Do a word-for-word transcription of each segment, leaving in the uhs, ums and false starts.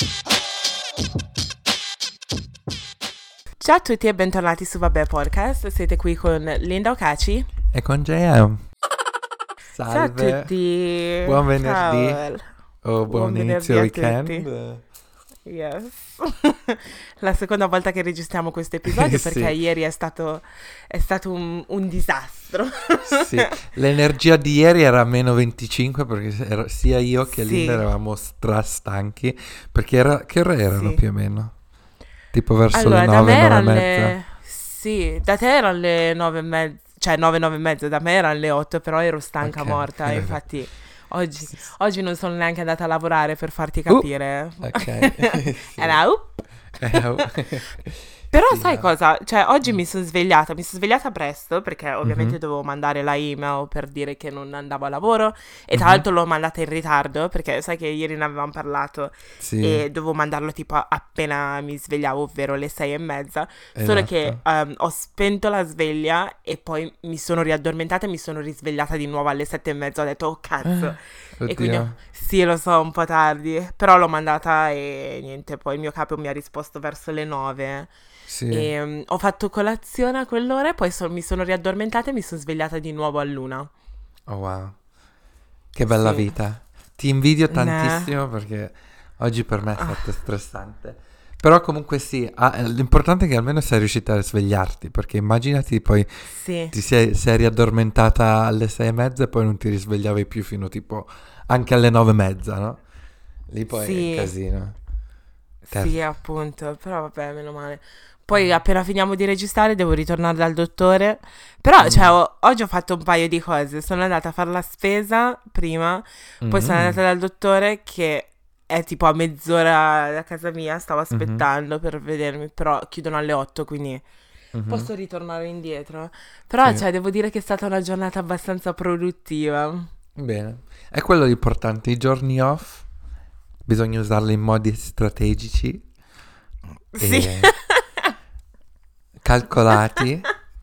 Ciao a tutti e bentornati su Vabbè Podcast, siete qui con Linda Ocaci e con J M. Salve. Ciao a tutti. Buon venerdì. Ciao. O buon, buon inizio weekend. Yes. La seconda volta che registriamo questo episodio perché sì. ieri è stato, è stato un, un disastro. Sì, l'energia di ieri era a meno venticinque perché era, sia io che sì. Linda eravamo strastanchi perché era, che ore erano sì. più o meno? Tipo verso allora, le nove, nove e mezza? Le... Sì, da te erano le nove e mezza, cioè nove, nove e mezza, da me erano le otto, però ero stanca okay. morta, infatti oggi, sì. oggi non sono neanche andata a lavorare per farti capire. Uh, ok. Era up. Però sì, sai no. cosa? Cioè oggi mm. mi sono svegliata, mi sono svegliata presto perché ovviamente mm-hmm. dovevo mandare la email per dire che non andavo a lavoro e tra mm-hmm. l'altro l'ho mandata in ritardo perché sai che ieri ne avevamo parlato sì. e dovevo mandarlo tipo appena mi svegliavo, ovvero le sei e mezza, esatto. solo che um, ho spento la sveglia e poi mi sono riaddormentata e mi sono risvegliata di nuovo alle sette e mezza, ho detto oh cazzo Oddio. E quindi sì lo so un po' tardi, però l'ho mandata e niente, poi il mio capo mi ha risposto verso le nove. Sì. E, um, ho fatto colazione a quell'ora e poi so- mi sono riaddormentata e mi sono svegliata di nuovo a luna. Oh wow, che bella sì. vita. Ti invidio tantissimo nah. perché oggi per me è stato ah. stressante. Però comunque sì, ah, l'importante è che almeno sei riuscita a svegliarti, perché immaginati poi sì. ti sei, sei riaddormentata alle sei e mezza e poi non ti risvegliavi più fino tipo anche alle nove e mezza, no? Lì poi sì. è casino. Terzo. Sì, appunto, però vabbè, meno male. Poi appena finiamo di registrare devo ritornare dal dottore. Però, mm. cioè, ho, oggi ho fatto un paio di cose. Sono andata a fare la spesa prima, mm. poi sono andata dal dottore che è tipo a mezz'ora da casa mia. Stavo aspettando mm-hmm. per vedermi, però chiudono alle otto, quindi mm-hmm. posso ritornare indietro. Però, sì. cioè, devo dire che è stata una giornata abbastanza produttiva. Bene, è quello l'importante. I giorni off bisogna usarli in modi strategici. Sì. E... calcolati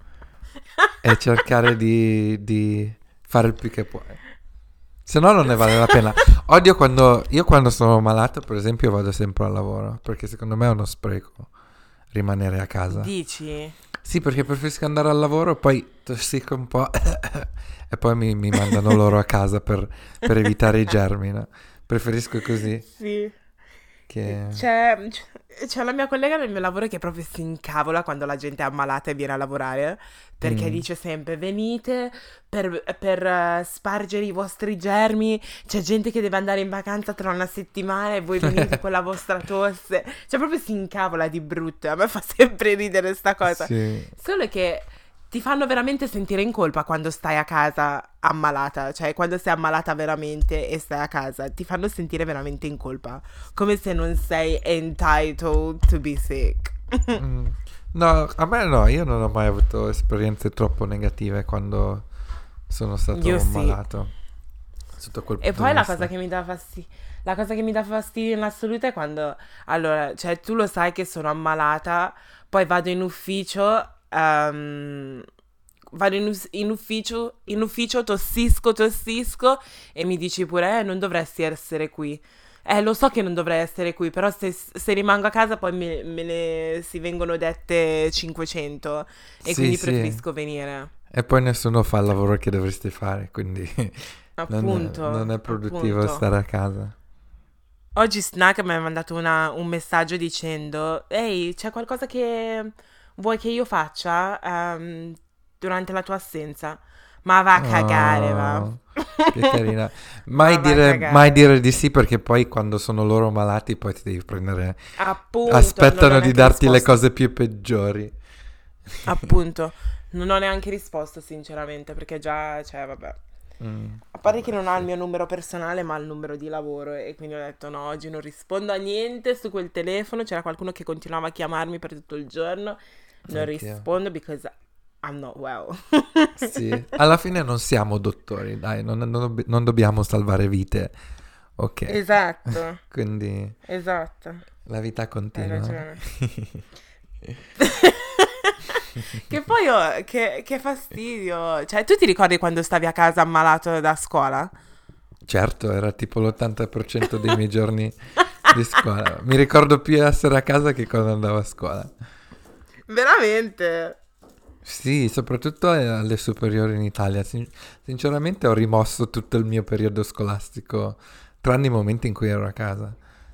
e cercare di, di fare il più che puoi, se no non ne vale la pena. Odio quando io quando sono malato, per esempio, vado sempre al lavoro perché secondo me è uno spreco rimanere a casa. Dici? Sì, perché preferisco andare al lavoro, poi tossico un po' e poi mi, mi mandano loro a casa per, per evitare i germi, no? Preferisco così. Sì. Che... C'è, c'è la mia collega nel mio lavoro che proprio si incavola quando la gente è ammalata e viene a lavorare perché mm. dice sempre venite per, per uh, spargere i vostri germi, c'è gente che deve andare in vacanza tra una settimana e voi venite con la vostra tosse, cioè proprio si incavola di brutto. A me fa sempre ridere sta cosa, sì. Solo che ti fanno veramente sentire in colpa quando stai a casa ammalata, cioè quando sei ammalata veramente e stai a casa, ti fanno sentire veramente in colpa, come se non sei entitled to be sick. mm. No, a me no, io non ho mai avuto esperienze troppo negative quando sono stato io ammalato. Sì. Sotto quel e punto poi di la vista. cosa che mi dà fastidio, la cosa che mi dà fastidio in assoluto è quando, allora, cioè tu lo sai che sono ammalata, poi vado in ufficio. Um, vado in, in ufficio in ufficio tossisco tossisco e mi dici pure eh non dovresti essere qui, eh lo so che non dovrei essere qui, però se, se rimango a casa poi me, me ne si vengono dette cinquecento e sì, quindi sì. preferisco venire e poi nessuno fa il lavoro che dovresti fare, quindi appunto, non, è, non è produttivo appunto. stare a casa. Oggi Snack mi ha mandato una, un messaggio dicendo ehi, c'è qualcosa che vuoi che io faccia um, durante la tua assenza? Ma va a cagare, oh, va. Che carina. Mai Ma dire, mai dire di sì, perché poi quando sono loro malati poi ti devi prendere... Appunto. Aspettano di darti risposto. le cose più peggiori. Appunto. Non ho neanche risposto sinceramente perché già, cioè vabbè. Mm, A parte che non ha il mio numero personale ma il numero di lavoro e quindi ho detto no, oggi non rispondo a niente su quel telefono. C'era qualcuno che continuava a chiamarmi per tutto il giorno. Non Anch'io. rispondo because I'm not well. Sì, alla fine non siamo dottori, dai, non, non, non dobbiamo salvare vite. Ok. Esatto. Quindi esatto. la vita continua. Hai ragione. Che poi oh, che, che fastidio. Cioè, tu ti ricordi quando stavi a casa ammalato da scuola? Certo, era tipo l'ottanta per cento dei miei giorni di scuola. Mi ricordo più essere a casa che quando andavo a scuola. Veramente? Sì, soprattutto alle superiori in Italia. Sin- sinceramente ho rimosso tutto il mio periodo scolastico, tranne i momenti in cui ero a casa.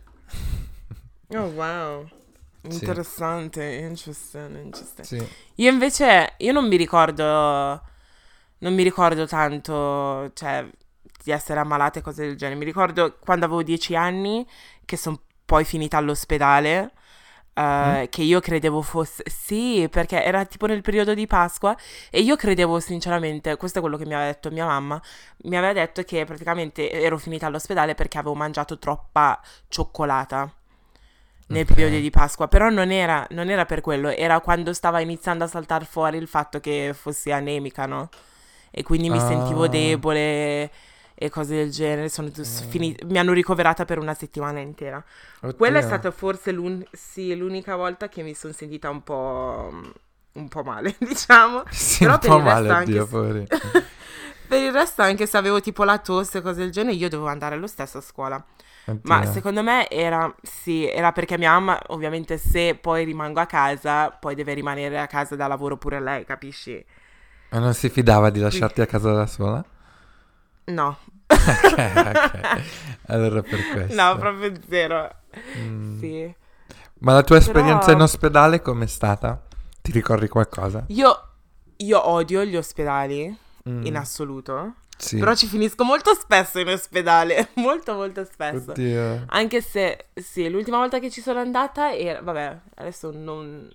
Oh, wow. Sì, Interessante, interesting, interesting. sì. Io invece, io non mi ricordo, non mi ricordo tanto, cioè, di essere ammalata e cose del genere. Mi ricordo quando avevo dieci anni che sono poi finita all'ospedale, Mm? eh, che io credevo fosse... Sì, perché era tipo nel periodo di Pasqua e io credevo sinceramente, questo è quello che mi aveva detto mia mamma, mi aveva detto che praticamente ero finita all'ospedale perché avevo mangiato troppa cioccolata nel Ok. periodo di Pasqua, però non era, non era per quello, era quando stava iniziando a saltare fuori il fatto che fossi anemica, no? E quindi mi sentivo Ah, debole e cose del genere, sono tu- mm. fini- mi hanno ricoverata per una settimana intera. Quella è Oddio. stata forse l'un- sì, l'unica volta che mi sono sentita un po', un po' male, diciamo, Sì, un però per po' il male, resto anche oddio, se... poverino. Per il resto, anche se avevo tipo la tosse e cose del genere, io dovevo andare lo stesso a scuola. Ma Oddio. secondo me era, sì, era perché mia mamma, ovviamente, se poi rimango a casa, poi deve rimanere a casa da lavoro pure lei, capisci? Ma non si fidava di Qui, lasciarti a casa da sola? no. Ok, ok. Allora per No, questo. proprio zero. Mm. Sì. Ma la tua esperienza in Però ospedale com'è stata? Ti ricordi qualcosa? io, io odio gli ospedali, in Mm. assoluto. Sì. Però ci finisco molto spesso in ospedale, molto molto spesso. Oddio. Anche se, sì, l'ultima volta che ci sono andata era, vabbè, adesso non...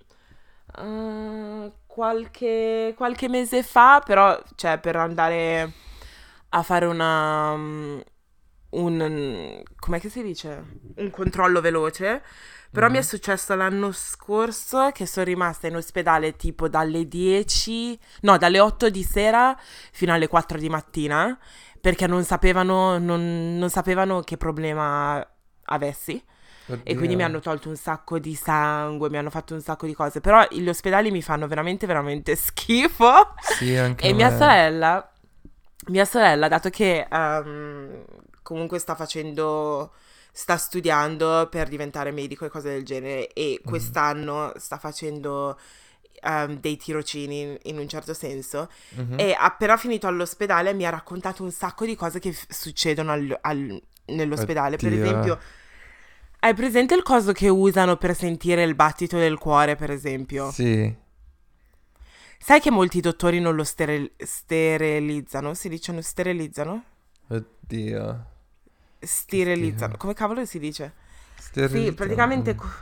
eh, qualche, qualche mese fa, però, cioè, per andare a fare una... mm, un... com'è che si dice? Un controllo veloce. Però mi è Mhm. successo l'anno scorso che sono rimasta in ospedale tipo dalle dieci, no, dalle otto di sera fino alle quattro di mattina perché non sapevano, non, non sapevano che problema avessi. E quindi mi Oddio. hanno tolto un sacco di sangue, mi hanno fatto un sacco di cose. Però gli ospedali mi fanno veramente, veramente schifo. Sì, anche a E mia me. sorella, mia sorella, dato che ehm, comunque sta facendo, sta studiando per diventare medico e cose del genere, e Mhm. quest'anno sta facendo ehm, dei tirocini in, in un certo senso, Mhm. e appena finito all'ospedale mi ha raccontato un sacco di cose che f- succedono al- al- nell'ospedale. Per Oddio. esempio, hai presente il coso che usano per sentire il battito del cuore, per esempio? Sì. Sai che molti dottori non lo stere- sterilizzano? Si dicono sterilizzano? Oddio. Che Sterilizzano. schifo. Come cavolo si dice? Sì, Sterilizzano. praticamente, Mm. co-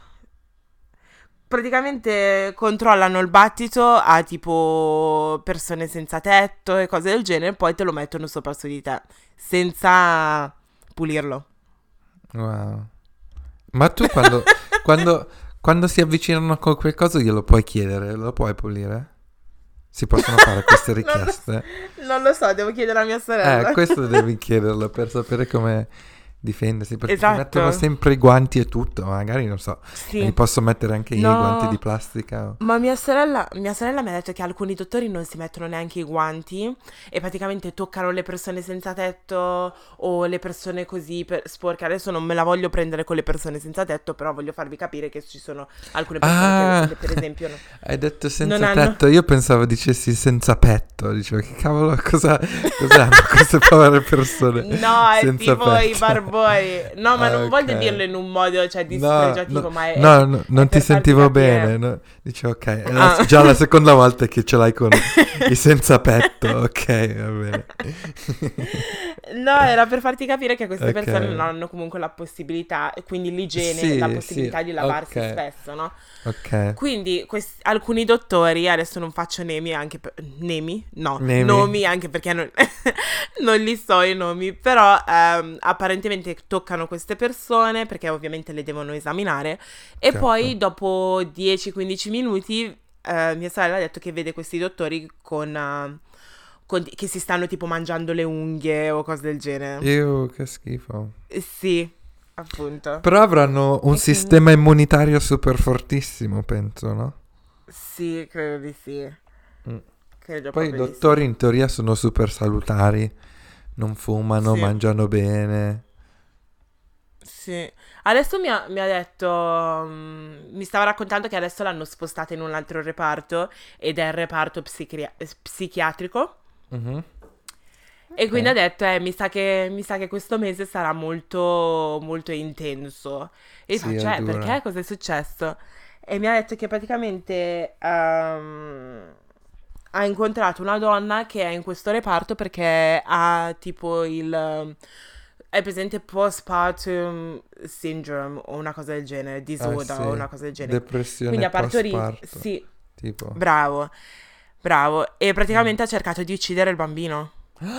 praticamente controllano il battito a tipo persone senza tetto e cose del genere, poi te lo mettono sopra su di te, senza pulirlo. Wow. Ma tu quando, quando, quando si avvicinano con quel coso glielo puoi chiedere, lo puoi pulire? Si possono fare queste non, lo, richieste? non lo so, devo chiedere a mia Eh, sorella. questo devi chiederlo per sapere come difendersi, perché si mettono Esatto. sempre i guanti e tutto, magari non so, me li Sì. posso mettere anche io i guanti di No. plastica. o- Ma mia sorella, mia sorella mi ha detto che alcuni dottori non si mettono neanche i guanti e praticamente toccano le persone senza tetto o le persone così per sporche. Adesso non me la voglio prendere con le persone senza tetto, però voglio farvi capire che ci sono alcune persone che, Ah, per esempio, no- hai detto non senza hanno... tetto, io pensavo dicessi senza petto, dicevo che cavolo, cosa, cosa hanno queste povere persone No, è senza tipo i petto? barboni. No, ma Ah, non voglio ok. dirlo in un modo, cioè, No, no, dispregiativo, ma è, è no, pe- no, è non ti per farti sentivo bene. capire. No. Dicevo, ok, è la- Ah. già la seconda volta che ce l'hai con i senza petto. Ok, va bene. No, era per farti capire che queste Ok. persone non hanno comunque la possibilità, e quindi l'igiene, la Sì, sì, possibilità di lavarsi ok, spesso, no? ok. Quindi quest- alcuni dottori, adesso non faccio nemi anche per... Nemi? No, Nemi? nomi anche perché non, non li so i nomi, però ehm, apparentemente toccano queste persone perché ovviamente le devono esaminare e Certo. poi dopo dieci quindici minuti eh, mia sorella ha detto che vede questi dottori con... eh, con- che si stanno tipo mangiando le unghie o cose del genere. Io, che schifo. Eh, Sì, appunto. Però avranno un E quindi... sistema immunitario super fortissimo, penso, no? Sì, credo di sì. Mm. Credo Poi i proprio di sì. dottori in teoria sono super salutari, non fumano, Sì. mangiano bene. Sì, adesso mi ha, mi ha detto, mm, mi stava raccontando che adesso l'hanno spostata in un altro reparto ed è il reparto psichia- psichiatrico. Mhm. E quindi ha Ok. detto, eh, mi sa che, mi sa che questo mese sarà molto, molto intenso. E io Sì, faccio, è eh, dura. perché? Cosa è successo? E mi ha detto che praticamente ehm, ha incontrato una donna che è in questo reparto perché ha tipo il... È presente postpartum syndrome o una cosa del genere, Ah disorder o sì, una cosa del genere. Quindi depressione ha partorito, postparto, sì, tipo. bravo, bravo. E Mm. praticamente ha cercato di uccidere il bambino.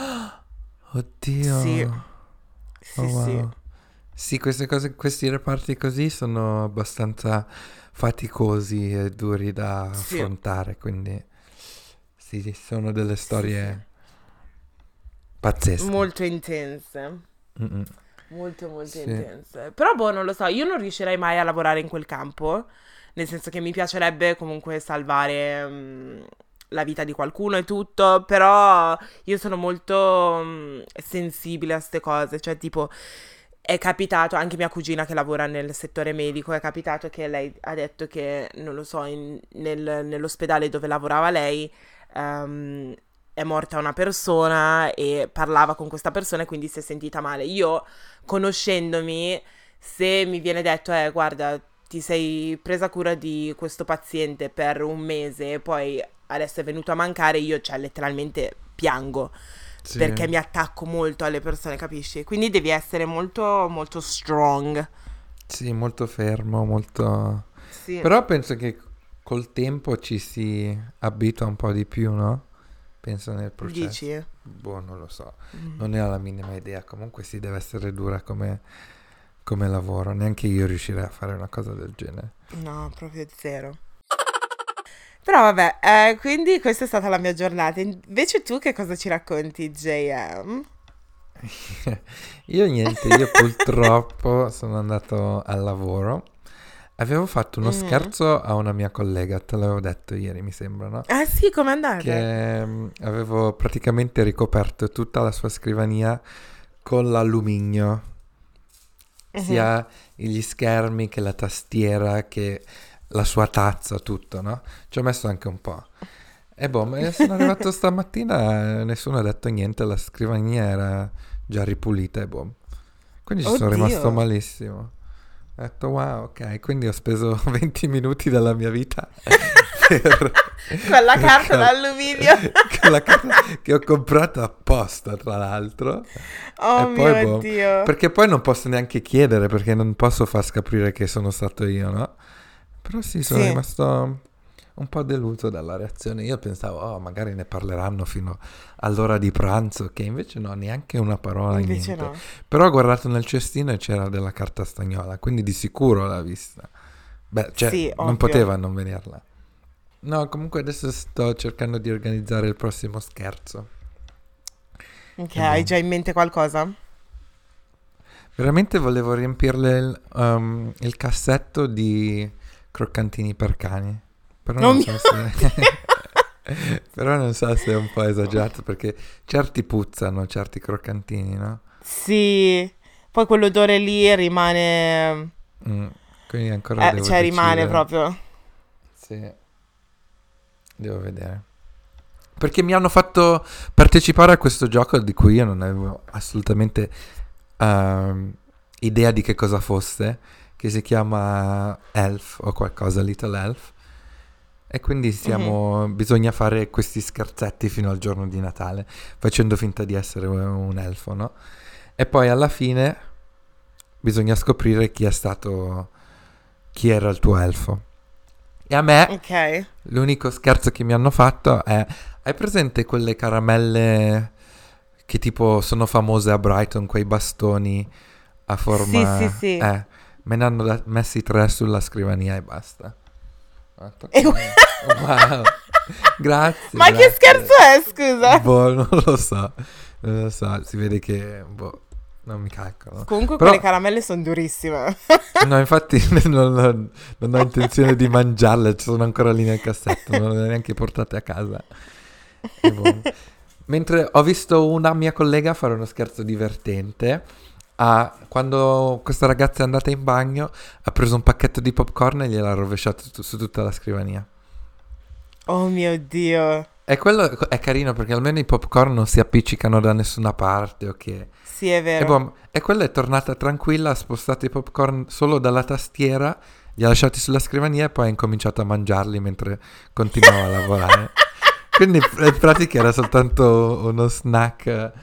Oddio. Sì, Oh sì, sì, wow. Sì, queste cose, questi reparti così sono abbastanza faticosi e duri da sì, affrontare, quindi sì, sono delle sì, sì. storie pazzesche. Molto intense. Mm-mm. Molto, molto Sì. intense. Però, boh, non lo so, io non riuscirei mai a lavorare in quel campo. Nel senso che mi piacerebbe comunque salvare mm, la vita di qualcuno e tutto. Però io sono molto mm, sensibile a queste cose. Cioè, tipo, è capitato, anche mia cugina che lavora nel settore medico, è capitato che lei ha detto che, non lo so, in- nel- nell'ospedale dove lavorava lei, ehm, è morta una persona e parlava con questa persona e quindi si è sentita male. Io, conoscendomi, se mi viene detto, eh, guarda, ti sei presa cura di questo paziente per un mese e poi adesso è venuto a mancare, io, cioè, letteralmente piango Sì, perché mi attacco molto alle persone, capisci? Quindi devi essere molto, molto strong. sì, molto fermo, molto... Sì, Però penso che col tempo ci si abitua un po' di più, no? Penso nel processo. dici? Boh, non lo so. Mm. Non ne ho la minima idea. Comunque si deve essere dura come, come lavoro. Neanche io riuscirei a fare una cosa del genere. No, proprio zero. Però vabbè, eh, quindi questa è stata la mia giornata. Invece tu che cosa ci racconti, J M? Io niente, io purtroppo sono andato al lavoro. Avevo fatto uno Mhm. scherzo a una mia collega, te l'avevo detto ieri, mi sembra, no? Ah sì, com'è andata? Che mm, avevo praticamente ricoperto tutta la sua scrivania con l'alluminio, Mhm. sia gli schermi che la tastiera che la sua tazza, tutto, no? Ci ho messo anche un po'. E boh, ma sono arrivato stamattina e nessuno ha detto niente, la scrivania era già ripulita e boh. Quindi ci sono Oddio, rimasto malissimo. Ho detto wow, ok, quindi ho speso venti minuti della mia vita per, con la per carta co- d'alluminio. con la carta che ho comprato apposta, tra l'altro. E Oh poi mio boh, Dio. perché poi non posso neanche chiedere perché non posso far scoprire che sono stato io, no? Però sì, sono Sì, rimasto un po' deluso dalla reazione. Io pensavo, oh, magari ne parleranno fino all'ora di pranzo, che invece no, neanche una parola, invece niente. no. Però ho guardato nel cestino e c'era della carta stagnola, quindi di sicuro l'ha vista. Beh, cioè, Sì, non ovvio. poteva non venirla. No, comunque adesso sto cercando di organizzare il prossimo scherzo. Ok, E hai boh. già in mente qualcosa? Veramente volevo riempirle il, um, il cassetto di croccantini per cani. Però Oh non mio so se... Dio. Però non so se è un po' esagerato perché certi puzzano, certi croccantini, no? Sì, poi quell'odore lì rimane, Mm, quindi ancora eh, devo cioè rimane decidere. proprio. Sì, devo vedere. Perché mi hanno fatto partecipare a questo gioco di cui io non avevo assolutamente ehm, idea di che cosa fosse, che si chiama Elf o qualcosa, Little Elf. E quindi Mhm. siamo, bisogna fare questi scherzetti fino al giorno di Natale, facendo finta di essere un elfo, no? E poi alla fine bisogna scoprire chi è stato, chi era il tuo elfo. E a me Ok. l'unico scherzo che mi hanno fatto è, hai presente quelle caramelle che tipo sono famose a Brighton, quei bastoni a Sì, sì, forma... sì. Eh, me ne hanno da- messi tre sulla scrivania e basta. Ho detto, E- ok, wow, grazie, Ma che scherzo grazie. è, scusa? Boh, non lo so, non lo so, si vede che, boh, non mi calcolano. Comunque quelle Però, caramelle sono durissime. no, infatti non, non- non ho intenzione di mangiarle, ci sono ancora lì nel cassetto, non le ho neanche portate a casa. E boh. Mentre ho visto una mia collega fare uno scherzo divertente, ha- quando questa ragazza è andata in bagno, ha preso un pacchetto di popcorn e gliel'ha rovesciato tu- su tutta la scrivania. Oh mio Dio. E quello è carino perché almeno i popcorn non si appiccicano da nessuna parte, ok? Sì, è E, vero. boh, e quella è tornata tranquilla, ha spostato i popcorn solo dalla tastiera, li ha lasciati sulla scrivania e poi ha incominciato a mangiarli mentre continuava a lavorare. Quindi in pratica era soltanto uno snack eh,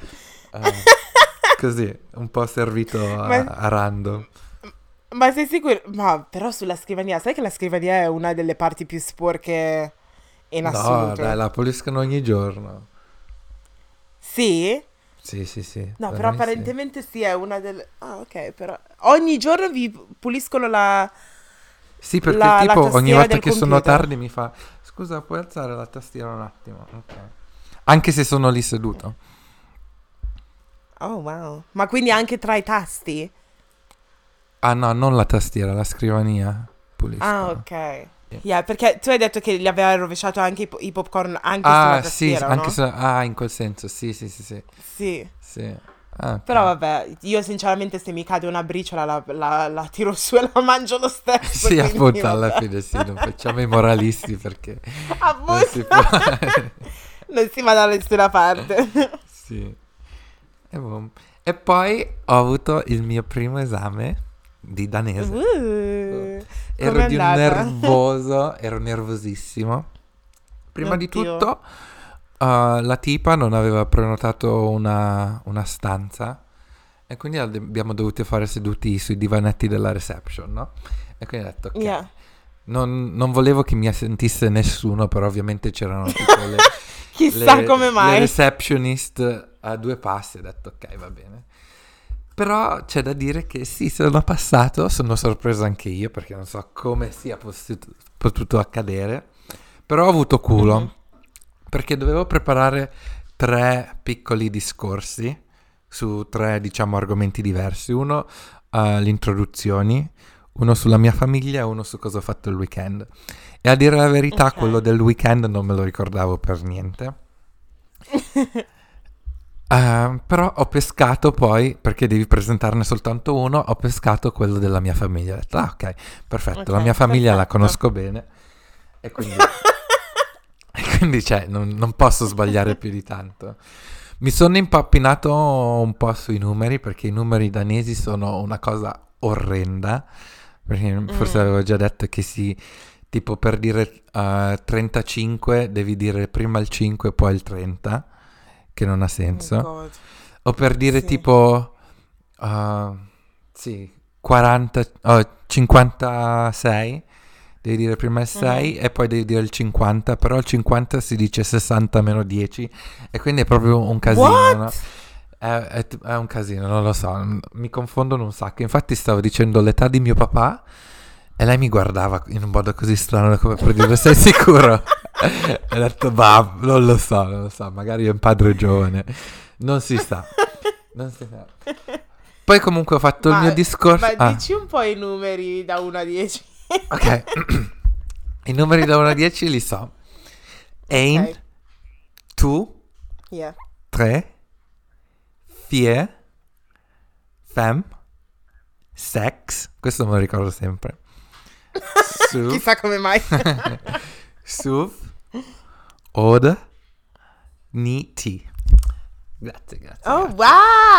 così, un po' servito a, Ma, a random. ma sei sicuro? Ma però sulla scrivania, sai che la scrivania è una delle parti più sporche in No, dai, assoluto? la puliscono ogni giorno. Sì? Sì, sì, sì, No, per però me sì. apparentemente sì, è una delle... Ah, ok, però... Ogni giorno vi puliscono la, Sì, perché la, la tipo ogni tastiera volta del che sono computer. tardi mi fa, scusa, puoi alzare la tastiera un attimo? Ok. Anche se sono lì seduto. Oh, wow. Ma quindi anche tra i tasti? Ah no, non la tastiera, la scrivania Ah, puliscono. ok. Sì. Yeah, perché tu hai detto che gli aveva rovesciato anche i, po- i popcorn anche sulla Ah, sì, tastiera, o anche no? se... Ah, in quel senso, sì, sì, sì, sì. Sì. Sì. Ah, Però ok. vabbè, io sinceramente se mi cade una briciola la, la- la tiro su e la mangio lo stesso, Sì, quindi appunto, alla vabbè. fine sì, non facciamo i moralisti perché non Appunto. si può... Non si va da nessuna parte. Sì. E, boh. E poi ho avuto il mio primo esame di danese. Uh, Ero com'è di un andata? nervoso, ero nervosissimo. Prima di Oddio. tutto, uh, la tipa non aveva prenotato una, una stanza e quindi ab- abbiamo dovuto fare seduti sui divanetti della reception, no? E quindi ho detto, ok, Yeah. non, non volevo che mi sentisse nessuno, però ovviamente c'erano tipo le, Chissà le, come le mai. receptionist a due passi, ho detto, ok, va bene. Però c'è da dire che sì, sono passato, sono sorpreso anche io perché non so come sia possi- potuto accadere, però ho avuto Mhm. culo perché dovevo preparare tre piccoli discorsi su tre, diciamo, argomenti diversi. Uno, uh, le introduzioni, uno sulla mia famiglia e uno su cosa ho fatto il weekend. E a dire la verità, quello Ok. del weekend non me lo ricordavo per niente. Eh, però ho pescato poi, perché devi presentarne soltanto uno, ho pescato quello della mia famiglia. Ho detto, ah ok, perfetto, la mia Ok, famiglia la perfetto. conosco bene e quindi, e quindi cioè, non, non posso sbagliare più di tanto. Mi sono impappinato un po' sui numeri, perché i numeri danesi sono una cosa orrenda, perché forse Mm. avevo già detto che si, tipo per dire eh, trentacinque devi dire prima il cinque e poi il trenta, che non ha Oh senso. God. O per dire Sì. tipo, uh, sì, quaranta, oh, cinquantasei, devi dire prima il Mhm. sei e poi devi dire il cinquanta, però il cinquanta si dice sessanta meno dieci e quindi è proprio un casino, no? What? È, è- è un casino, non lo so, mi confondono un sacco. Infatti stavo dicendo l'età di mio papà e lei mi guardava in un modo così strano come per dire sei sicuro? E ho detto, bah, non lo so, non lo so, magari è un padre giovane, non si sa, non si sa. Poi comunque ho fatto il mio Ma, discorso. ma Ah, dici un po' i numeri da uno a dieci. ok. I numeri da uno a dieci li so. un, Ok. due, Yeah. tre, quattro, cinque, sei. Questo me lo ricordo sempre. Su, Chissà come mai. su, od, ni, ti. Grazie, grazie, Oh, grazie.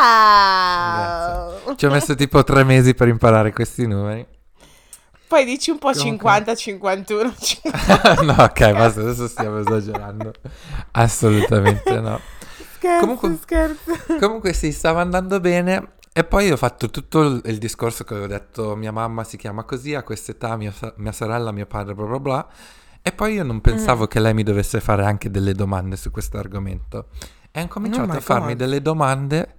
Grazie. wow. Ci ho messo tipo tre mesi per imparare questi numeri. Poi dici un po' Comunque... cinquanta, cinquantuno, no, ok, cinquanta. basta, adesso stiamo esagerando. Assolutamente no. Scherzo, Comunque, scherzo. comunque sì, stava andando bene. E poi ho fatto tutto il, il discorso che avevo detto, mia mamma si chiama così, a quest'età, mia, sa- mia sorella, mio padre, bla bla bla. E poi io non pensavo Mhm. che lei mi dovesse fare anche delle domande su questo argomento. E ha Oh incominciato my a farmi God. delle domande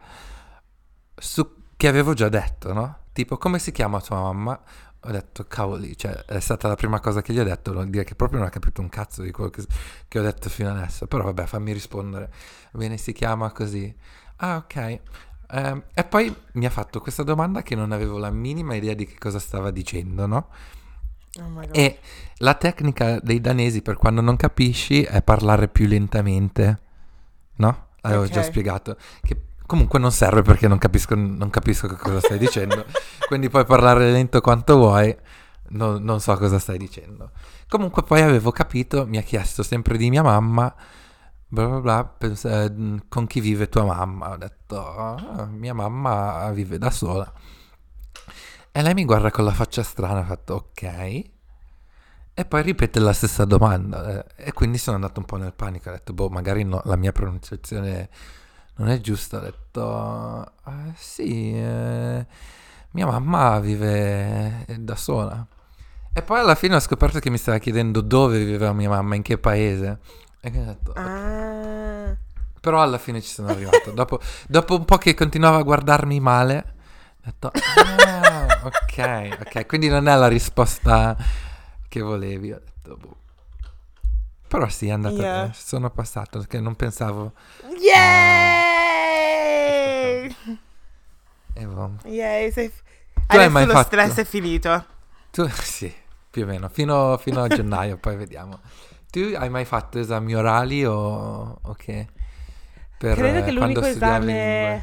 su, che avevo già detto, no? Tipo, come si chiama tua mamma? Ho detto, cavoli, cioè, è stata la prima cosa che gli ho detto, vuol dire che proprio non ha capito un cazzo di quello che, che ho detto fino adesso. Però vabbè, fammi rispondere. Bene, si chiama così. Ah, ok. Ehm, e poi mi ha fatto questa domanda che non avevo la minima idea di che cosa stava dicendo, no? Oh my God. E la tecnica dei danesi per quando non capisci è parlare più lentamente, no? L'avevo già Ok. spiegato. Che Comunque non serve perché non capisco, non capisco che cosa stai dicendo, quindi puoi parlare lento quanto vuoi, no- non so cosa stai dicendo. Comunque poi avevo capito, mi ha chiesto sempre di mia mamma, bla bla bla, pens- eh, con chi vive tua mamma? Ho detto, "Ah, mia mamma vive da sola." E lei mi guarda con la faccia strana, ha fatto ok. E poi ripete la stessa domanda. eh, E quindi sono andato un po' nel panico. Ho detto, boh, magari no- la mia pronunciazione non è giusta. Ho detto, "Ah, sì, eh, mia mamma vive da sola." E poi alla fine ho scoperto che mi stava chiedendo dove viveva mia mamma, in che paese. E quindi ho detto, ok. Ah. Però alla fine ci sono arrivato. Dopo, dopo un po' che continuava a guardarmi male, ho detto, ah, ok, ok. Quindi non è la risposta che volevi. Ho detto, boh. Però sì, è andata Yeah. bene. Sono passato perché non pensavo a questa Yay! cosa. E boh. Yay, sei... Tu hai Adesso mai lo fatto? stress è finito. Tu, sì, più o meno. Fino, fino a gennaio, poi vediamo. Tu hai mai fatto esami orali o, o che? Per Credo che eh, quando l'unico studiavi lingue? esame...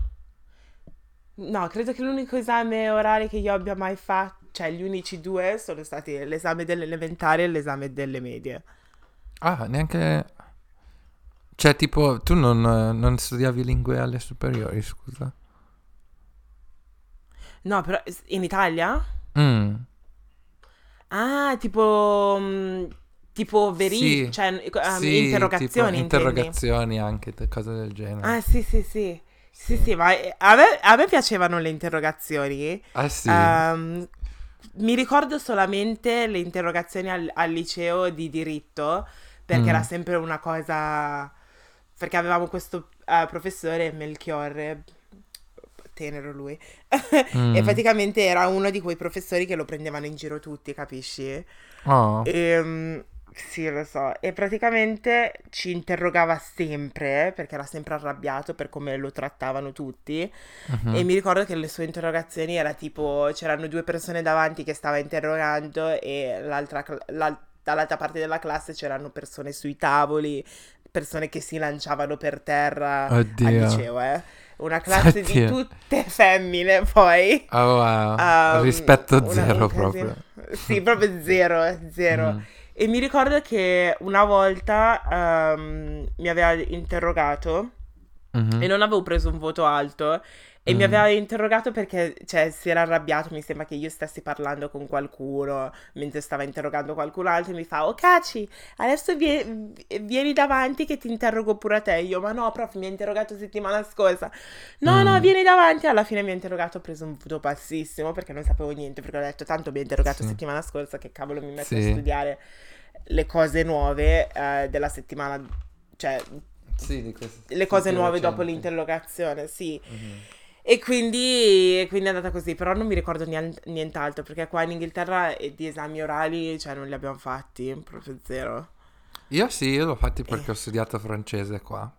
No, credo che l'unico esame orale che io abbia mai fatto, cioè gli unici due sono stati l'esame delle elementari e l'esame delle medie. Ah, neanche... Cioè, tipo, tu non, non studiavi lingue alle superiori, scusa? No, però in Italia? Mm, Ah, tipo... mm, tipo veri... sì, cioè ehm, sì, tipo interrogazioni, intendi? interrogazioni anche, te- cose del genere. Ah, sì, sì, sì. Sì, Sì. sì, ma eh, a me, a me piacevano le interrogazioni. Ah sì? Ehm, Mi ricordo solamente le interrogazioni al, al liceo di diritto, perché era Mm, sempre una cosa... Perché avevamo questo eh, professore, Melchiorre, tenero lui, e mm. praticamente era uno di quei professori che lo prendevano in giro tutti, capisci? Oh, Ehm, sì, lo so. E praticamente ci interrogava sempre, perché era sempre arrabbiato per come lo trattavano tutti. E mhm. mi ricordo che le sue interrogazioni era tipo, c'erano due persone davanti che stava interrogando e l'altra, cl- l'al- dall'altra parte della classe c'erano persone sui tavoli, persone che si lanciavano per terra al Oddio. liceo, eh. Una classe di Oddio. tutte femmine, poi. Oh wow. Um, Rispetto una- un zero casino. proprio. Sì, proprio zero, zero. Mm, E mi ricordo che una volta ehm, mi aveva interrogato e mhm, non avevo preso un voto alto e mi mm. aveva interrogato perché, cioè, si era arrabbiato, mi sembra che io stessi parlando con qualcuno mentre stava interrogando qualcun altro e mi fa, "Oh, Caci, adesso vie- vieni davanti che ti interrogo pure a te." Io, "Ma no, prof, mi ha interrogato settimana scorsa." "No, no, Mm, vieni davanti." Alla fine mi ha interrogato, ho preso un voto bassissimo perché non sapevo niente, perché ho detto, tanto mi ha interrogato sì, settimana scorsa, che cavolo mi metto a sì, studiare le cose nuove eh, della settimana, cioè sì, di questo, le sì, cose più nuove dopo recenti. l'interrogazione, sì. Mhm. E quindi, e quindi è andata così, però non mi ricordo nian- nient'altro, perché qua in Inghilterra eh, di esami orali, cioè non li abbiamo fatti, proprio zero. Io sì, io l'ho fatti Eh. perché ho studiato francese qua.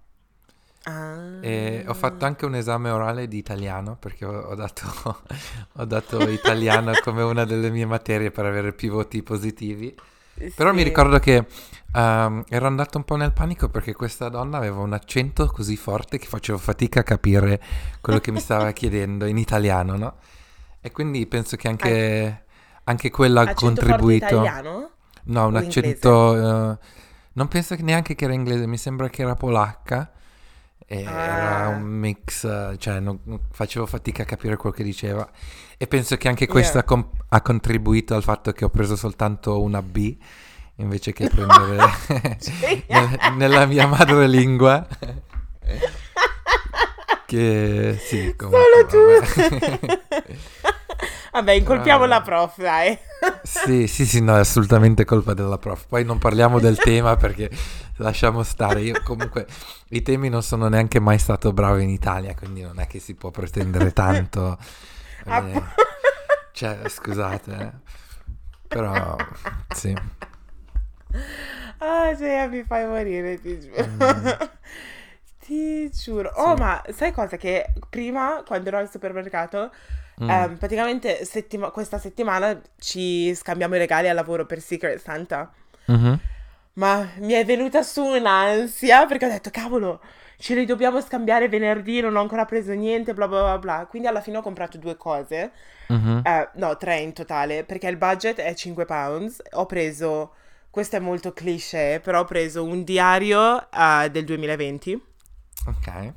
E ho fatto Ah, anche un esame orale di italiano perché ho, ho dato, ho dato italiano come una delle mie materie per avere più voti positivi. Però mi sì. ricordo che ehm, ero andato un po' nel panico perché questa donna aveva un accento così forte che facevo fatica a capire quello che mi stava chiedendo in italiano, no? E quindi penso che Ac- anche, anche quella ha accento forte contribuito. italiano No, un o inglese? accento... eh, non penso che neanche che era inglese, mi sembra che era polacca. E era un Ah, mix, eh, cioè non, non- facevo fatica a capire quello che diceva. E penso che anche questo yeah. ha, com- ha contribuito al fatto che ho preso soltanto una B invece che prendere nel- nella mia madrelingua. Che sì, comunque Solo vabbè. tu. Vabbè, Però incolpiamo la vabbè. prof, dai. Sì, sì, sì, no, è assolutamente colpa della prof. Poi non parliamo del tema perché lasciamo stare. Io comunque i temi non sono neanche mai stato bravo in Italia, quindi non è che si può pretendere tanto. App- Eh, cioè, scusate, eh. Però sì. Ah, cioè, mi fai morire, ti giuro. Mm, Ti giuro. Oh, sì. ma sai cosa? Che prima, quando ero al supermercato, Mm, ehm, praticamente settima- questa settimana ci scambiamo i regali al lavoro per Secret Santa. mhm, Ma mi è venuta su un'ansia perché ho detto, cavolo, ce li dobbiamo scambiare venerdì, non ho ancora preso niente, bla bla bla bla. Quindi alla fine ho comprato due cose, Mhm. eh, no, tre in totale, perché il budget è cinque pounds. Ho preso, questo è molto cliché, però ho preso un diario eh, del duemilaventi Ok.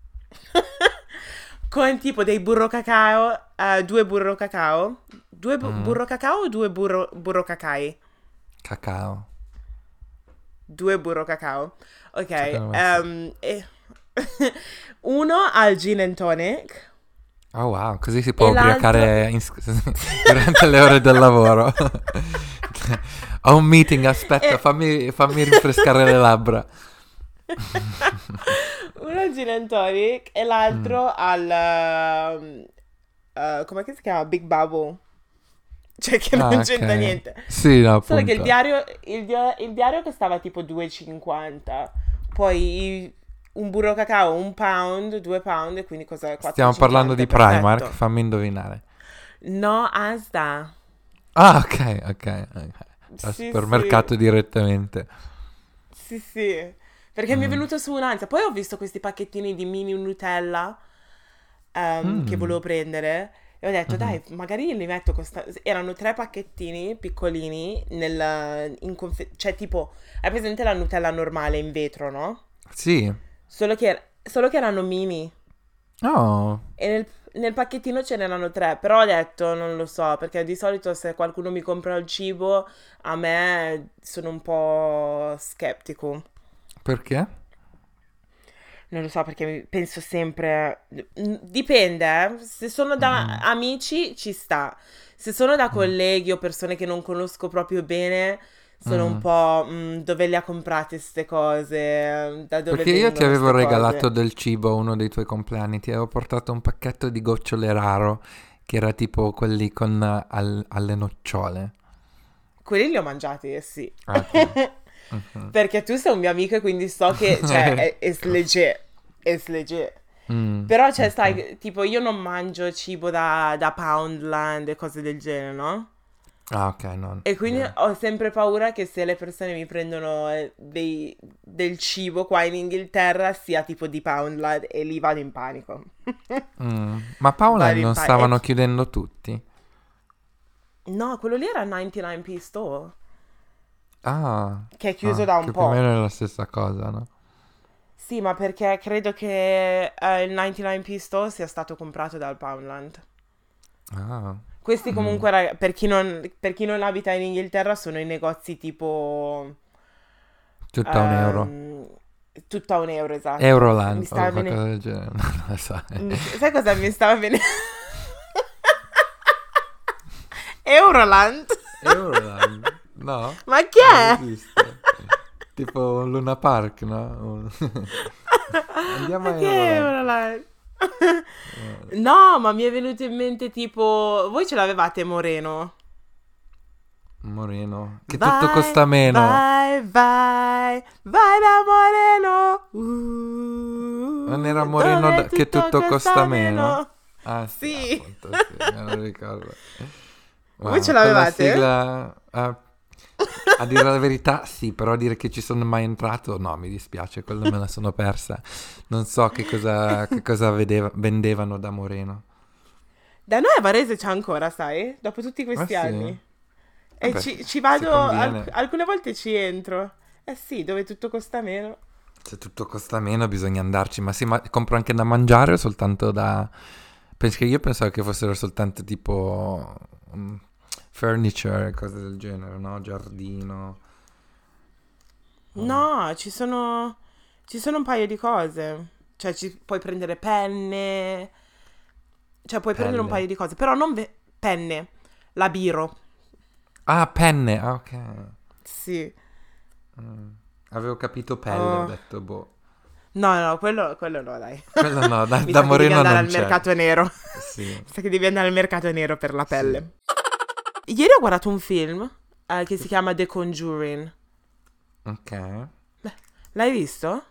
con tipo dei burro cacao, eh, due burro cacao, due bu- Mm. burro cacao o due burro, burro cacai? Cacao. Due burro cacao. Ok, Secondo me sì. ehm, e- uno al gin and tonic Oh wow, così si può e l'altro... ubriacare in- durante le ore del lavoro. Ho un meeting, aspetta, e- fammi, fammi rinfrescare le labbra. uno al gin and tonic e Mm. l'altro al... ehm, eh, com'è che si chiama? Big Bubble. Cioè che non Ah, c'entra ok. niente. Sì, no, Solo che il appunto. diario, il, dia- il diario costava tipo due e cinquanta. Poi i- un burro cacao, un pound, due pound, e quindi cos'è? Stiamo parlando quattro e cinquanta, di è Primark, perfetto. fammi indovinare. No, Asda. Ah, ok, ok, ok. Al Sì, sì, supermercato direttamente. sì, sì. Perché mi è Mm. venuto su un'ansia. Poi ho visto questi pacchettini di mini Nutella ehm, che volevo Mm. prendere. E ho detto, Mhm. dai, magari li metto questa... Erano tre pacchettini piccolini nel... In confe- cioè, tipo, hai presente la Nutella normale in vetro, no? Sì. Solo che, solo che erano mini. Oh, E nel, nel pacchettino ce n'erano tre. Però ho detto, non lo so, perché di solito se qualcuno mi compra il cibo, a me sono un po' skeptico. perché? Non lo so perché mi- penso sempre... mm, Dipende, eh. Se sono da Mm, amici ci sta. Se sono da mm, colleghi o persone che non conosco proprio bene, sono un mm. po'... mm, dove le ha comprate queste cose? Da dove Perché io ti vengono avevo queste regalato cose? del cibo a uno dei tuoi compleanni, ti avevo portato un pacchetto di gocciole raro, che era tipo quelli con eh, al- alle nocciole. Quelli li ho mangiati, eh sì. Ah, ok. Mhm. Perché tu sei un mio amico e quindi so che, cioè, è, it's legit. It's legit. Mm, Però, cioè, ok. sai, tipo, io non mangio cibo da, da Poundland e cose del genere, no? Ah, ok, no. E quindi Yeah. ho sempre paura che se le persone mi prendono eh, dei- del cibo qua in Inghilterra sia tipo di Poundland e lì vado in panico. Mm. Ma Paola Vado in non panico. stavano chiudendo tutti? No, quello lì era novantanove p Store, Ah, che è chiuso ah, da un che più o po'. meno è la stessa cosa, no? Sì, ma perché credo che eh, il novantanove p Store sia stato comprato dal Poundland. Ah, Questi mm. comunque, raga, per chi non, per chi non abita in Inghilterra, sono i negozi tipo... Tutta un euro. ehm, tutto a un euro, esatto. Mi Euroland o stava venendo... qualcosa del genere, non lo so. Sai cosa mi stava venendo? Euroland? Euroland? No? Ma chi Non è? esiste. Tipo un Luna Park, no? Un- Andiamo Ma a chi è Euroland. Euroland? Eh, No, ma mi è venuto in mente tipo... Voi ce l'avevate Moreno? Moreno. Che tutto Vai, costa meno. vai, vai, vai da Moreno. Non era Uh, Moreno dove da- che tutto tutto costa costa meno? meno. Ah sì, Sì. appunto, sì, me lo ricordo. Voi ce Wow, quella l'avevate? sigla... ah, a dire la verità, sì, però a dire che ci sono mai entrato, no, mi dispiace, quella me la sono persa. Non so che cosa, che cosa vedeva- vendevano da Moreno. Da noi a Varese c'è ancora, sai? Dopo tutti Ah questi sì? anni. E Vabbè, ci, ci se vado, alc- conviene. alcune volte ci entro. Eh sì, dove tutto costa meno. Se tutto costa meno bisogna andarci, ma sì, ma compro anche da mangiare o soltanto da... Penso che io pensavo che fossero soltanto tipo mm, furniture, cose del genere, no? Giardino. Oh, No, ci sono, ci sono un paio di cose. Cioè, ci puoi prendere penne. Cioè, puoi prendere un pelle. paio di cose, però non ve- penne. La biro. Ah, penne, ah, ok. Sì. Mm. Avevo capito pelle, ho Oh. detto, boh. No, no, quello, quello no, dai. Quello no, da, Mi da sa che devi Moreno andare non al c'è. mercato nero. Sì, Mi sa che devi andare al mercato nero per la sì. pelle. Ieri ho guardato un film eh, che si chiama The Conjuring. Ok. L'hai visto?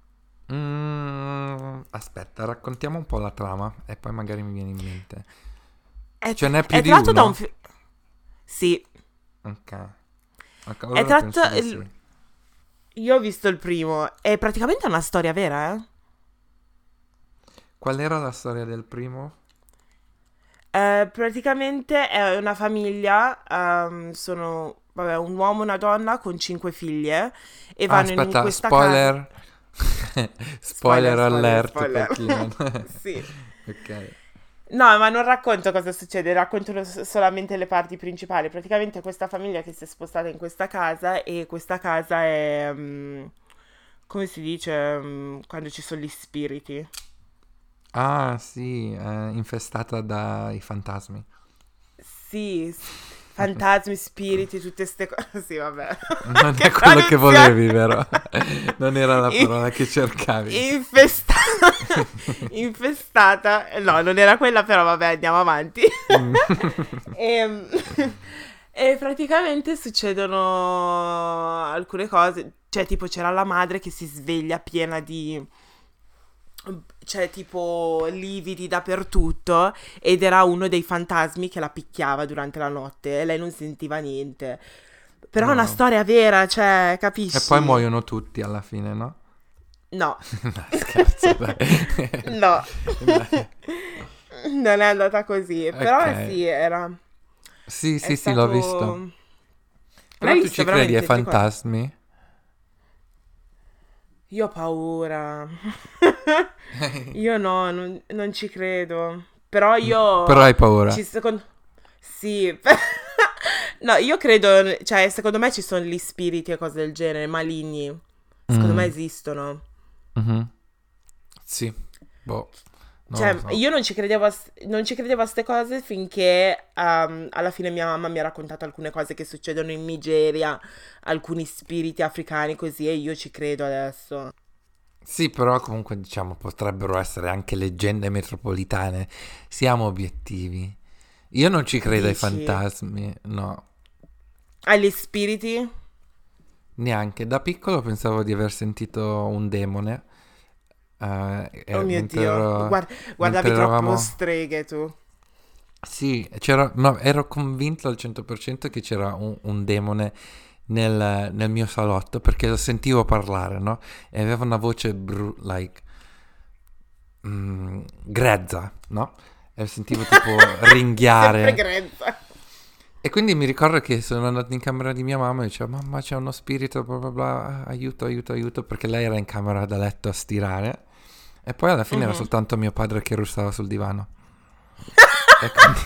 Mm, aspetta, raccontiamo un po' la trama e poi magari mi viene in mente. È, Ce n'è più è di tratto da un uno? film... Sì, Ok. Ok, è allora tratto... penso di il- sì. Io ho visto il primo, è praticamente una storia vera, eh? Qual era la storia del primo? Eh, praticamente è una famiglia, ehm, sono vabbè, un uomo e una donna con cinque figlie e Ah, vanno in aspetta, questa casa. spoiler. Spoiler Spoiler, spoiler, alert per spoiler. chi non... Sì. Ok. No, ma non racconto cosa succede, racconto lo- solamente le parti principali. Praticamente questa famiglia che si è spostata in questa casa e questa casa è, mm, come si dice, mm, quando ci sono gli spiriti. Ah, sì, è infestata dai fantasmi. Sì, s- fantasmi, spiriti, tutte queste cose. Sì, vabbè. Non Che è quello che traduzione! volevi, vero? Non era la In- parola che cercavi. Infestata. Infestata. No, non era quella, però vabbè, andiamo avanti. Mm. E, e praticamente succedono alcune cose. Cioè, tipo, c'era la madre che si sveglia piena di. Cioè, tipo, lividi dappertutto. Ed era uno dei fantasmi che la picchiava durante la notte. E lei non sentiva niente. Però è una Wow. storia vera, cioè, E poi capisci? muoiono tutti alla fine, no? No. No, scherzo, dai. No. Dai. Non è andata così. Però Ok. sì, era. Sì, È sì, sì, l'ho visto. stato. Però L'hai tu visto ci credi ai veramente? Ti ricordi? fantasmi? Io ho paura. Io no, non, non ci credo. Però Però io hai paura. ci secondo sì. No, io credo, cioè, secondo me ci sono gli spiriti e cose del genere, maligni. Secondo me Mm, esistono. mhm. Sì, boh, non lo Cioè, so. io non ci credevo a, s- non ci credevo a ste cose finché ehm, alla fine mia mamma mi ha raccontato alcune cose che succedono in Nigeria, alcuni spiriti africani così, e io ci credo adesso. Sì, però comunque diciamo potrebbero essere anche leggende metropolitane. Siamo obiettivi. Io non ci credo ai Dici? fantasmi, no, Agli spiriti? neanche. Da piccolo pensavo di aver sentito un demone. eh, Oh e mio mentre Dio, ero- Guard- mentre guardavi troppo eravamo... streghe tu. Sì, c'era, no, ero convinto al cento per cento che c'era un, un demone nel, nel mio salotto perché lo sentivo parlare, no? E aveva una voce bru- like, mm, grezza, no? E sentivo tipo Sempre ringhiare. grezza. E quindi mi ricordo che sono andato in camera di mia mamma e dicevo, mamma c'è uno spirito, bla bla bla, aiuto, aiuto, aiuto, perché lei era in camera da letto a stirare. E poi alla fine era Mhm. soltanto mio padre che russava sul divano. E quindi...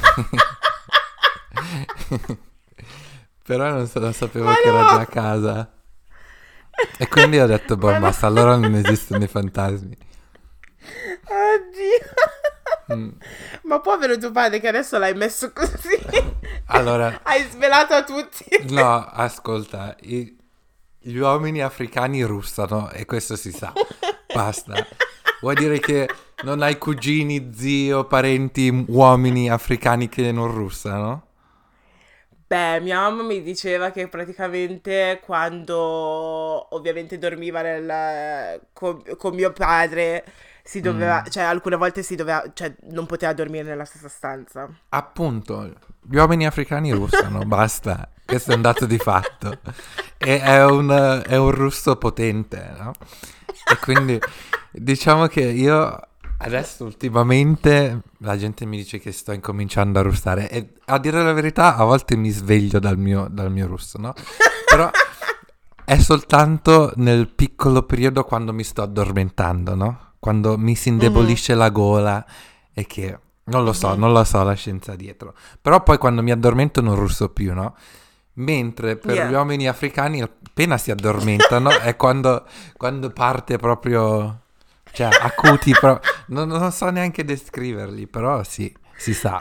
Però non, so- non sapevo Ma che era già a no! casa. E quindi ho detto, boh, Ma no! basta, allora non esistono i fantasmi. Oddio! Mm. Ma povero tuo padre che adesso l'hai messo così. Allora, Hai svelato a tutti. no, ascolta, i- gli uomini africani russano e questo si sa. Basta. Vuoi dire che non hai cugini, zio, parenti uomini africani che non russano? Beh, mia mamma mi diceva che praticamente quando ovviamente dormiva nel- con, con mio padre si doveva, Mm. cioè alcune volte si doveva, cioè non poteva dormire nella stessa stanza. Appunto, gli uomini africani russano, basta. Questo è un dato di fatto. E è un, è un russo potente, no? E quindi diciamo che io adesso ultimamente la gente mi dice che sto incominciando a russare e a dire la verità a volte mi sveglio dal mio, dal mio russo, no? Però è soltanto nel piccolo periodo quando mi sto addormentando, no? Quando mi si Mhm, indebolisce la gola e che... Non lo so, mhm. non lo so la scienza dietro. Però poi quando mi addormento non russo più, no? Mentre per gli Yeah. uomini africani appena si addormentano è quando, quando parte proprio... Cioè, acuti, però... Non, non so neanche descriverli, però sì, si sa.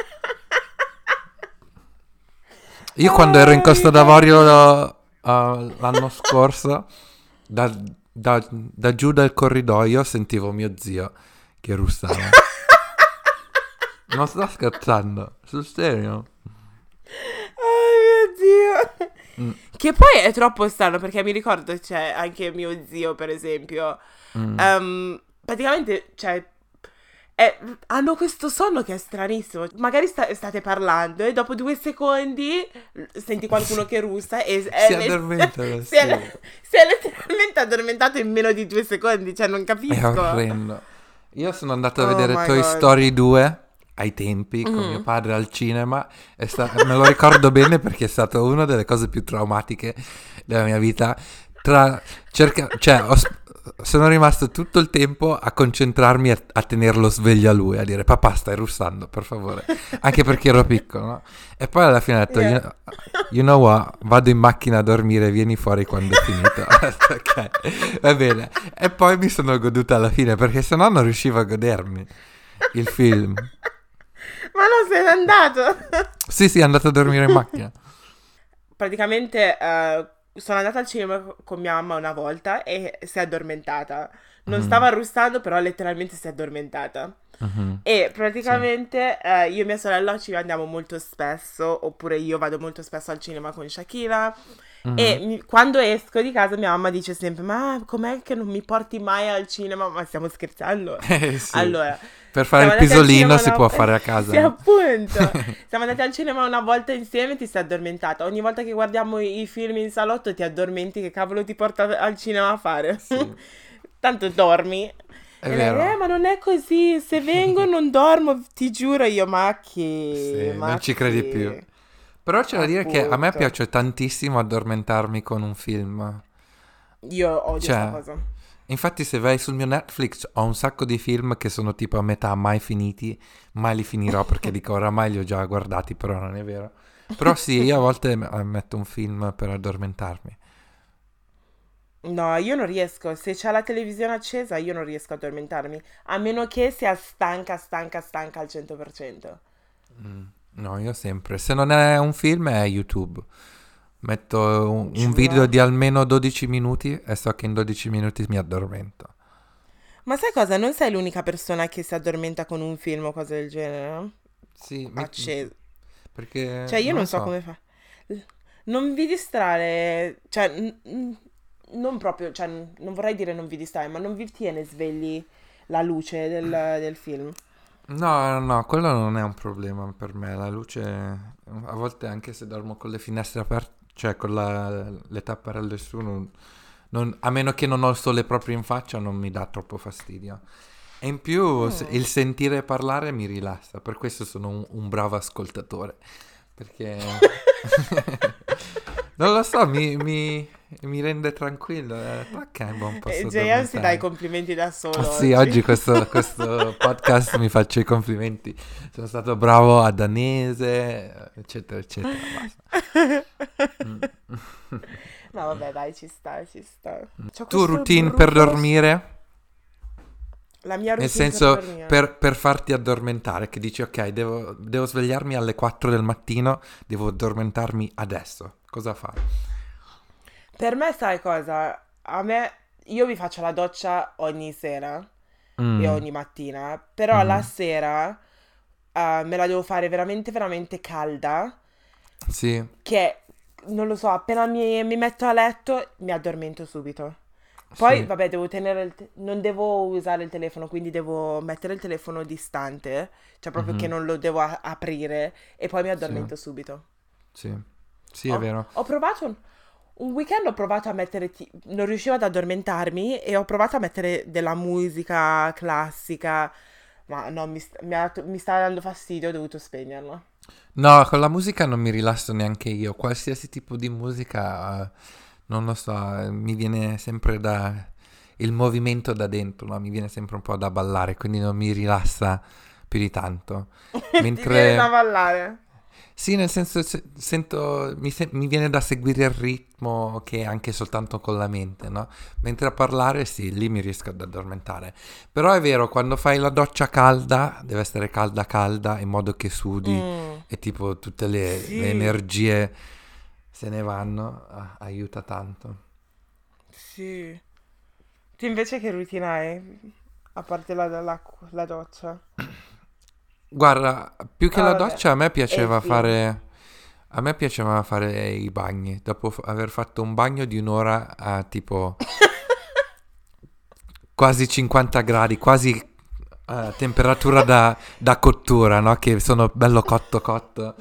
Io quando ero in Ah, Costa mi fa d'Avorio ridere. uh, l'anno scorso, da, da- da giù dal corridoio sentivo mio zio che russava. Non sto scherzando, sul serio. Oh mio Dio. Mm, Che poi è troppo strano perché mi ricordo, c'è anche mio zio, per esempio. mm, Ehm, praticamente, cioè, eh, hanno questo sonno che è stranissimo. Magari sta- state parlando e dopo due secondi senti qualcuno che russa e Si è- addormentano, si è, sì. si è letteralmente addormentato in meno di due secondi, cioè non È capisco. orrendo. Io sono andato a Oh vedere my Toy God. Story due ai tempi con Mhm. mio padre al cinema. È sta- me lo ricordo bene perché è stata una delle cose più traumatiche della mia vita. Tra cerca- cioè, ho s- sono rimasto tutto il tempo a concentrarmi a, a tenerlo sveglio a lui, a dire papà stai russando per favore, anche perché ero piccolo, no? E poi alla fine ho detto Yeah. you, you know what, vado in macchina a dormire, vieni fuori quando è finito. Ok, va bene. E poi mi sono goduta alla fine perché sennò non riuscivo a godermi il film. Ma non sei andato? Sì, sì, è andato a dormire in macchina. Praticamente eh, sono andata al cinema con mia mamma una volta e si è addormentata. Non Mhm, stava russando, però letteralmente si è addormentata. mhm. E praticamente eh, io e mia sorella ci andiamo molto spesso, oppure io vado molto spesso al cinema con Shakira. E Mhm. mi- quando esco di casa mia mamma dice sempre: Ma com'è che non mi porti mai al cinema? Ma stiamo scherzando? Eh, sì. Allora, Per fare siamo il andati al pisolino cinema si una- può fare a casa. Sì, appunto. Siamo andati al cinema una volta insieme e ti sei addormentata. Ogni volta che guardiamo i i film in salotto ti addormenti. Che cavolo ti porta al cinema a fare? Sì, Tanto dormi. è E lei, vero. eh, ma non è così. Se vengo non dormo, ti giuro io. Ma che? Sì, Ma non ci credi che? più. Però c'è da dire che a me Appunto. piace tantissimo addormentarmi con un film. Io odio sta Cioè, cosa. infatti se vai sul mio Netflix ho un sacco di film che sono tipo a metà mai finiti, mai li finirò perché dico oramai li ho già guardati, però non è vero. Però sì, io a volte m- eh, metto un film per addormentarmi. No, io non riesco. Se c'è la televisione accesa, io non riesco a addormentarmi. A meno che sia stanca, stanca, stanca al cento per cento. Mm, No, io sempre. Se non è un film è YouTube. Metto un, un video Giuro. di almeno dodici minuti e so che in dodici minuti mi addormento. Ma sai cosa? Non sei l'unica persona che si addormenta con un film o cose del genere, no? Sì, mi- Acceso. perché Cioè, io non non lo so so. come fa. Non vi distrarre, cioè, n- n- non proprio, cioè, n- non vorrei dire non vi distrae, ma non vi tiene svegli la luce del, del film. No, no, no, quello non è un problema per me. La luce, a volte anche se dormo con le finestre aperte, cioè con la- le tapparelle su, non- non- a meno che non ho il sole proprio in faccia, non mi dà troppo fastidio. E in più se- Mm. il sentire parlare mi rilassa, per questo sono un, un bravo ascoltatore. Perché non lo so, mi, mi- mi rende tranquillo. eh, Ok, buon, posso E J M si dà i addormentarmi. complimenti da solo Ah, sì, oggi. oggi questo, questo podcast mi faccio i complimenti. Sono stato bravo a danese, eccetera, eccetera. Basta. Mm. No, vabbè, dai, ci sta, ci sta. C'ho Tu questo routine per brutto... dormire? La mia Nel routine per senso, dormire. per, per farti addormentare, che dici, ok, devo, devo svegliarmi alle quattro del mattino, devo addormentarmi adesso. Cosa fai? Per me, sai cosa? A me, io mi faccio la doccia ogni sera e Mm, ogni mattina, però la mhm. sera eh, me la devo fare veramente, veramente calda, Sì, che non lo so, appena mi, mi metto a letto mi addormento subito. Poi, sì, vabbè, devo tenere il te- non devo usare il telefono, quindi devo mettere il telefono distante, cioè proprio che mhm, non lo devo a- aprire e poi mi sì, addormento subito. sì, sì, è Ho, vero. ho provato un, un weekend, ho provato a mettere, ti- non riuscivo ad addormentarmi e ho provato a mettere della musica classica, ma no, mi, st- mi ha- mi stava dando fastidio, ho dovuto spegnerla. No, con la musica non mi rilasso neanche io. Qualsiasi tipo di musica, eh, non lo so, eh, mi viene sempre da... il movimento da dentro, no? Mi viene sempre un po' da ballare, quindi non mi rilassa più di tanto. Ti viene da Mentre... ballare? Sì, nel senso, se- sento... Mi, se- mi viene da seguire il ritmo che anche soltanto con la mente, no? Mentre a parlare, sì, lì mi riesco ad addormentare. Però è vero, quando fai la doccia calda, deve essere calda calda, in modo che sudi Mm, e tipo tutte le, le sì, energie se ne vanno, ah, aiuta tanto. sì. Tu invece che routine hai? A parte la, la, la doccia. Guarda, più che Ah, la vabbè. doccia a me E il piaceva film. fare, a me piaceva fare i bagni. Dopo f- aver fatto un bagno di un'ora a tipo quasi cinquanta gradi, quasi Uh, temperatura da, da cottura, no? Che sono bello cotto cotto.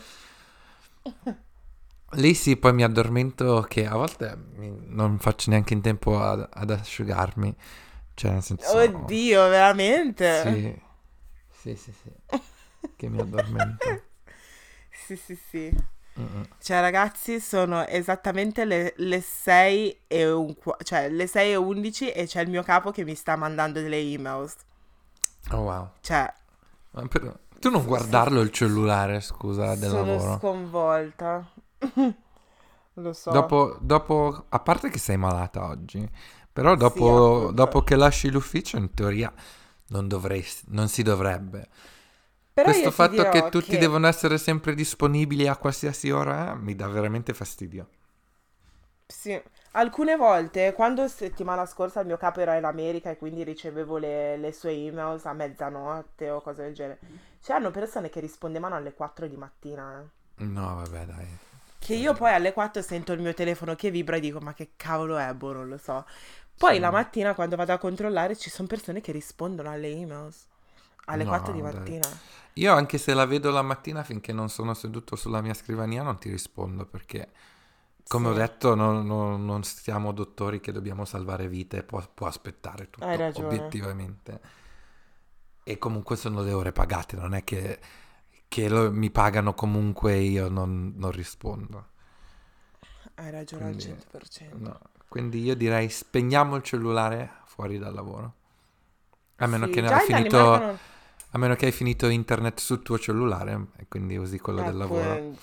Lì sì, poi mi addormento che a volte mi- non faccio neanche in tempo ad, ad asciugarmi. Cioè, nel senso... Oddio, veramente? Sì, sì, sì, sì. Che mi addormento. Sì, sì, sì. Mm-mm. Cioè, ragazzi, sono esattamente le, le sei e un qua- cioè le sei e undici e c'è il mio capo che mi sta mandando delle emails. Oh wow. Cioè, Ma però- tu non so- so- guardarlo il cellulare, scusa, del sono lavoro. sconvolta. Lo so. Dopo, dopo, a parte che sei malata oggi, però Sì, dopo, appunto. dopo che lasci l'ufficio, in teoria non dovrei, non si dovrebbe. Però Questo io ti fatto che dirò tutti che devono essere sempre disponibili a qualsiasi ora, eh, mi dà veramente fastidio. sì, alcune volte, quando settimana scorsa il mio capo era in America e quindi ricevevo le, le sue emails a mezzanotte o cose del genere, c'erano persone che rispondevano alle quattro di mattina, eh. No, vabbè, dai. Che io poi Esagerato. alle quattro sento il mio telefono che vibra e dico, ma che cavolo è, boh, non lo so. Sì. Poi la mattina quando vado a controllare ci sono persone che rispondono alle emails alle quattro di No, dai. mattina. Io anche se la vedo la mattina finché non sono seduto sulla mia scrivania non ti rispondo perché, come Sì, ho detto, non, non- non siamo dottori che dobbiamo salvare vite, può, può aspettare hai tutto, ragione. obiettivamente. E comunque sono le ore pagate, non è che, che lo- mi pagano comunque e io non, non rispondo. Hai ragione al Quindi, cento per cento. no. Quindi io direi spegniamo il cellulare fuori dal lavoro. A meno che Sì, ne hai già in Danimarca finito, non... a meno che hai finito internet sul tuo cellulare e quindi usi quello del lavoro. Appunto.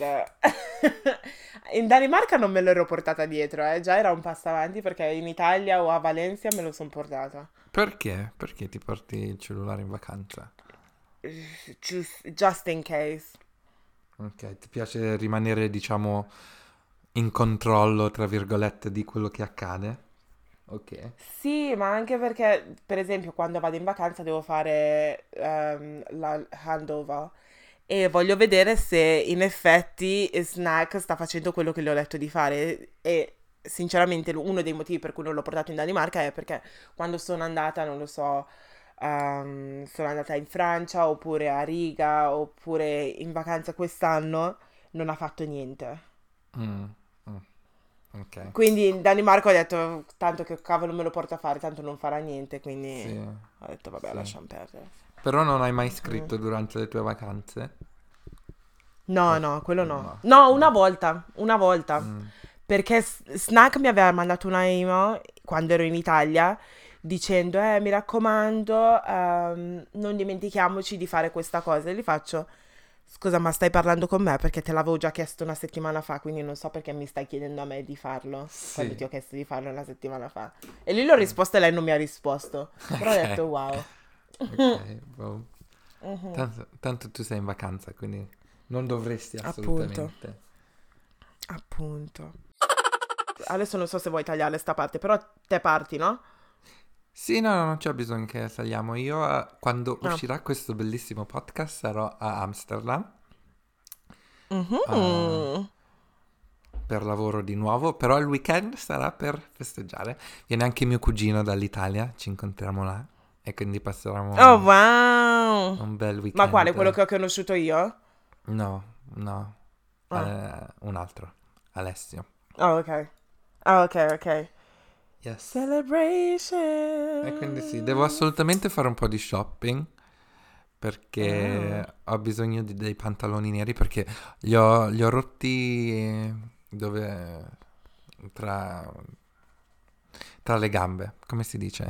In Danimarca non me l'ero portata dietro, eh. Già era un passo avanti perché in Italia o a Valencia me lo sono portata. Perché? Perché ti porti il cellulare in vacanza? Just, just in case. Ok, ti piace rimanere, diciamo, in controllo, tra virgolette, di quello che accade? Ok. Sì, ma anche perché, per esempio, quando vado in vacanza devo fare ehm, la handover e voglio vedere se in effetti Snack sta facendo quello che le ho detto di fare. E sinceramente uno dei motivi per cui non l'ho portato in Danimarca è perché quando sono andata, non lo so, ehm, sono andata in Francia oppure a Riga oppure in vacanza quest'anno, non ha fatto niente. Mm, mm, ok. Quindi in Danimarca ho detto, tanto che cavolo me lo porta a fare, tanto non farà niente, quindi Sì, ho detto, vabbè, sì. lasciamo perdere. Però non hai mai Mhm. scritto durante le tue vacanze? No, O- no, quello no. no, No, una no. volta, una volta. Mm, Perché S- Snack mi aveva mandato una email quando ero in Italia dicendo, eh, mi raccomando, ehm, non dimentichiamoci di fare questa cosa. E gli faccio, scusa, ma stai parlando con me? Perché te l'avevo già chiesto una settimana fa, quindi non so perché mi stai chiedendo a me di farlo, quando sì. ti ho chiesto di farlo una settimana fa. E lui l'ho risposto e lei non mi ha risposto. Però ho Ok, detto, wow. ok. Boh. Mhm. Tanto, tanto tu sei in vacanza, quindi non dovresti Appunto, assolutamente. appunto. Adesso non so se vuoi tagliare sta parte, però te parti, no? Sì, no, no, non c'è bisogno che saliamo. Io, eh, quando Ah. uscirà questo bellissimo podcast, sarò a Amsterdam eh, Mhm. per lavoro di nuovo, però il weekend sarà per festeggiare. Viene anche mio cugino dall'Italia, ci incontriamo là e quindi Oh, passeremo wow. un bel Ma quale? Quello weekend. che ho conosciuto io? No, no, Ah, eh, un altro, Alessio. oh, ok. Ah, ok, ok. Yes. E quindi sì, devo Celebration. assolutamente fare un po' di shopping Ah. perché ho bisogno di dei pantaloni neri perché li ho, li ho rotti dove tra, tra le gambe, come si dice?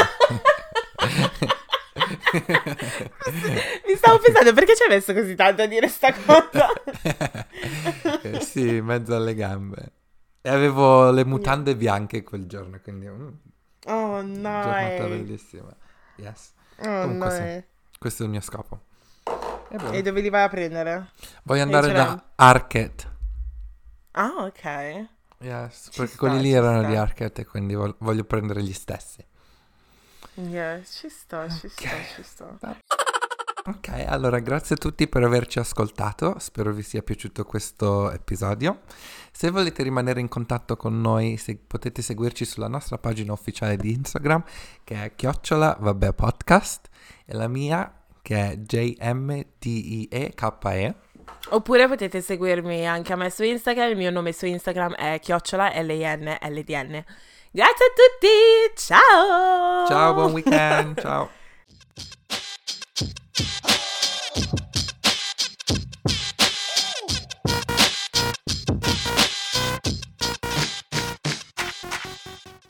Mi stavo pensando perché ci hai messo così tanto a dire sta cosa? Eh, sì, in mezzo alle gambe. E avevo le Yeah. mutande bianche quel giorno, quindi mm, Oh giornata no. bellissima. Yes. Oh Comunque sì, no. questo è il mio scopo. E E bene. dove li vai a prendere? Voglio E andare ce l'hai? da Arket. Ah, ok. Yes, Ci perché quelli sta, lì ci erano di sta. Arket e quindi vol- voglio prendere gli stessi. Yeah, ci sta, ci Ok. sta, ci sta. Ok, allora grazie a tutti per averci ascoltato, spero vi sia piaciuto questo episodio. Se volete rimanere in contatto con noi, se- potete seguirci sulla nostra pagina ufficiale di Instagram che è chiocciola vabbè podcast. podcast, e la mia che è J M T I E K E. Oppure potete seguirmi anche a me su Instagram, il mio nome su Instagram è chiocciola L I N L D N. Grazie a tutti, ciao! Ciao, buon weekend, ciao!